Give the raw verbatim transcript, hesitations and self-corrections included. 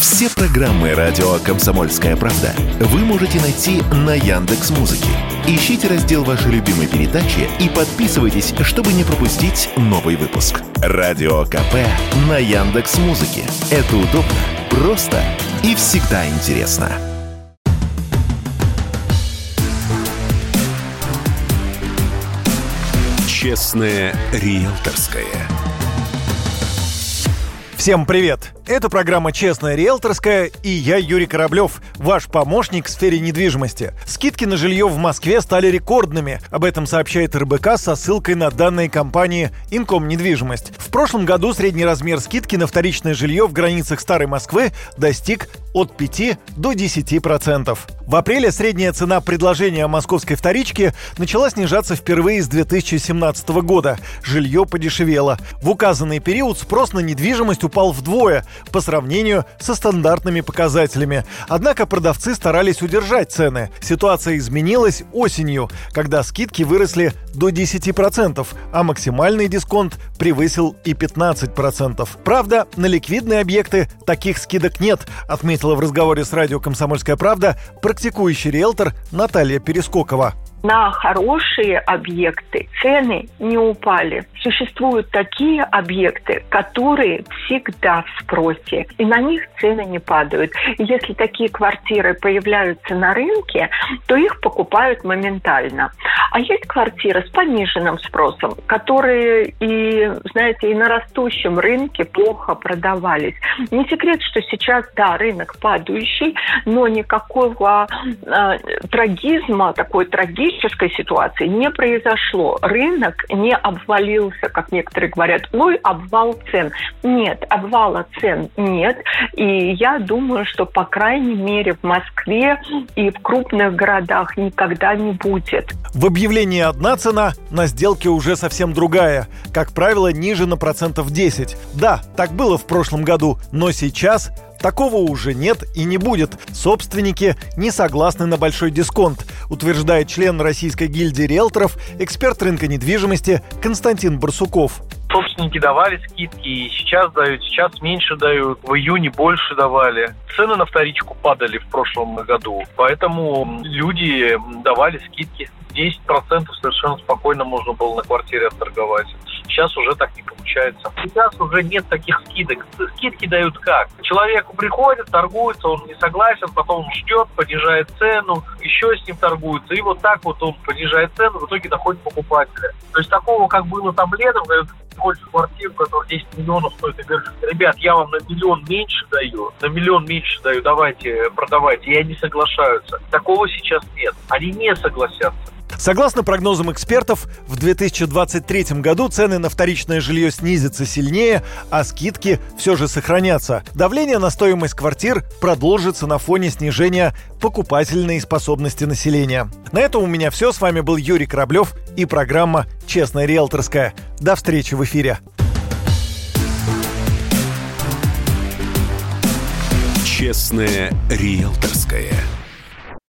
Все программы радио «Комсомольская правда» вы можете найти на Яндекс.Музыке. Ищите раздел вашей любимой передачи и подписывайтесь, чтобы не пропустить новый выпуск. Радио КП на Яндекс.Музыке. Это удобно, просто и всегда интересно. Честное риэлторское. Всем привет! Это программа «Честная риэлторская» и я, Юрий Кораблев, ваш помощник в сфере недвижимости. Скидки на жилье в Москве стали рекордными. Об этом сообщает эр бэ ка со ссылкой на данные компании «Инком Недвижимость». В прошлом году средний размер скидки на вторичное жилье в границах Старой Москвы достиг от пяти до десяти процентов. В апреле средняя цена предложения московской вторички начала снижаться впервые с две тысячи семнадцатого года. Жилье подешевело. В указанный период спрос на недвижимость упал вдвое по сравнению со стандартными показателями. Однако продавцы старались удержать цены. Ситуация изменилась осенью, когда скидки выросли до десяти процентов, а максимальный дисконт превысил и пятнадцать процентов. Правда, на ликвидные объекты таких скидок нет, отметила в разговоре с радио «Комсомольская правда» практикующий риэлтор Наталья Перескокова. На хорошие объекты цены не упали. Существуют такие объекты, которые всегда в спросе, и на них цены не падают. И если такие квартиры появляются на рынке, то их покупают моментально. А есть квартиры с пониженным спросом, которые и, знаете, и на растущем рынке плохо продавались. Не секрет, что сейчас, да, рынок падающий, но никакого э, трагизма, такой трагедии ситуации не произошло. Рынок не обвалился, как некоторые говорят, ой, обвал цен. Нет, обвала цен нет. И я думаю, что, по крайней мере, в Москве и в крупных городах никогда не будет. В объявлении одна цена, на сделке уже совсем другая. Как правило, ниже на процентов десять. Да, так было в прошлом году, но сейчас такого уже нет и не будет. Собственники не согласны на большой дисконт, утверждает член Российской гильдии риэлторов, эксперт рынка недвижимости Константин Барсуков. Собственники давали скидки, и сейчас дают, сейчас меньше дают, в июне больше давали. Цены на вторичку падали в прошлом году, поэтому люди давали скидки. десять процентов совершенно спокойно можно было на квартире отторговать. Сейчас уже так не получается. Сейчас уже нет таких скидок. Скидки дают как? Человеку приходит, торгуется, он не согласен, потом он ждет, понижает цену, еще с ним торгуется. И вот так вот он понижает цену, в итоге находит покупателя. То есть такого, как было там летом, когда ты приходишь в квартиру, которая десять миллионов стоит, и говоришь: ребят, я вам на миллион меньше даю, на миллион меньше даю, давайте, продавайте. И они соглашаются. Такого сейчас нет. Они не согласятся. Согласно прогнозам экспертов, в две тысячи двадцать третьем году цены на вторичное жилье снизятся сильнее, а скидки все же сохранятся. Давление на стоимость квартир продолжится на фоне снижения покупательной способности населения. На этом у меня все. С вами был Юрий Кораблев и программа «Честная риэлторская». До встречи в эфире. Честное риэлторское.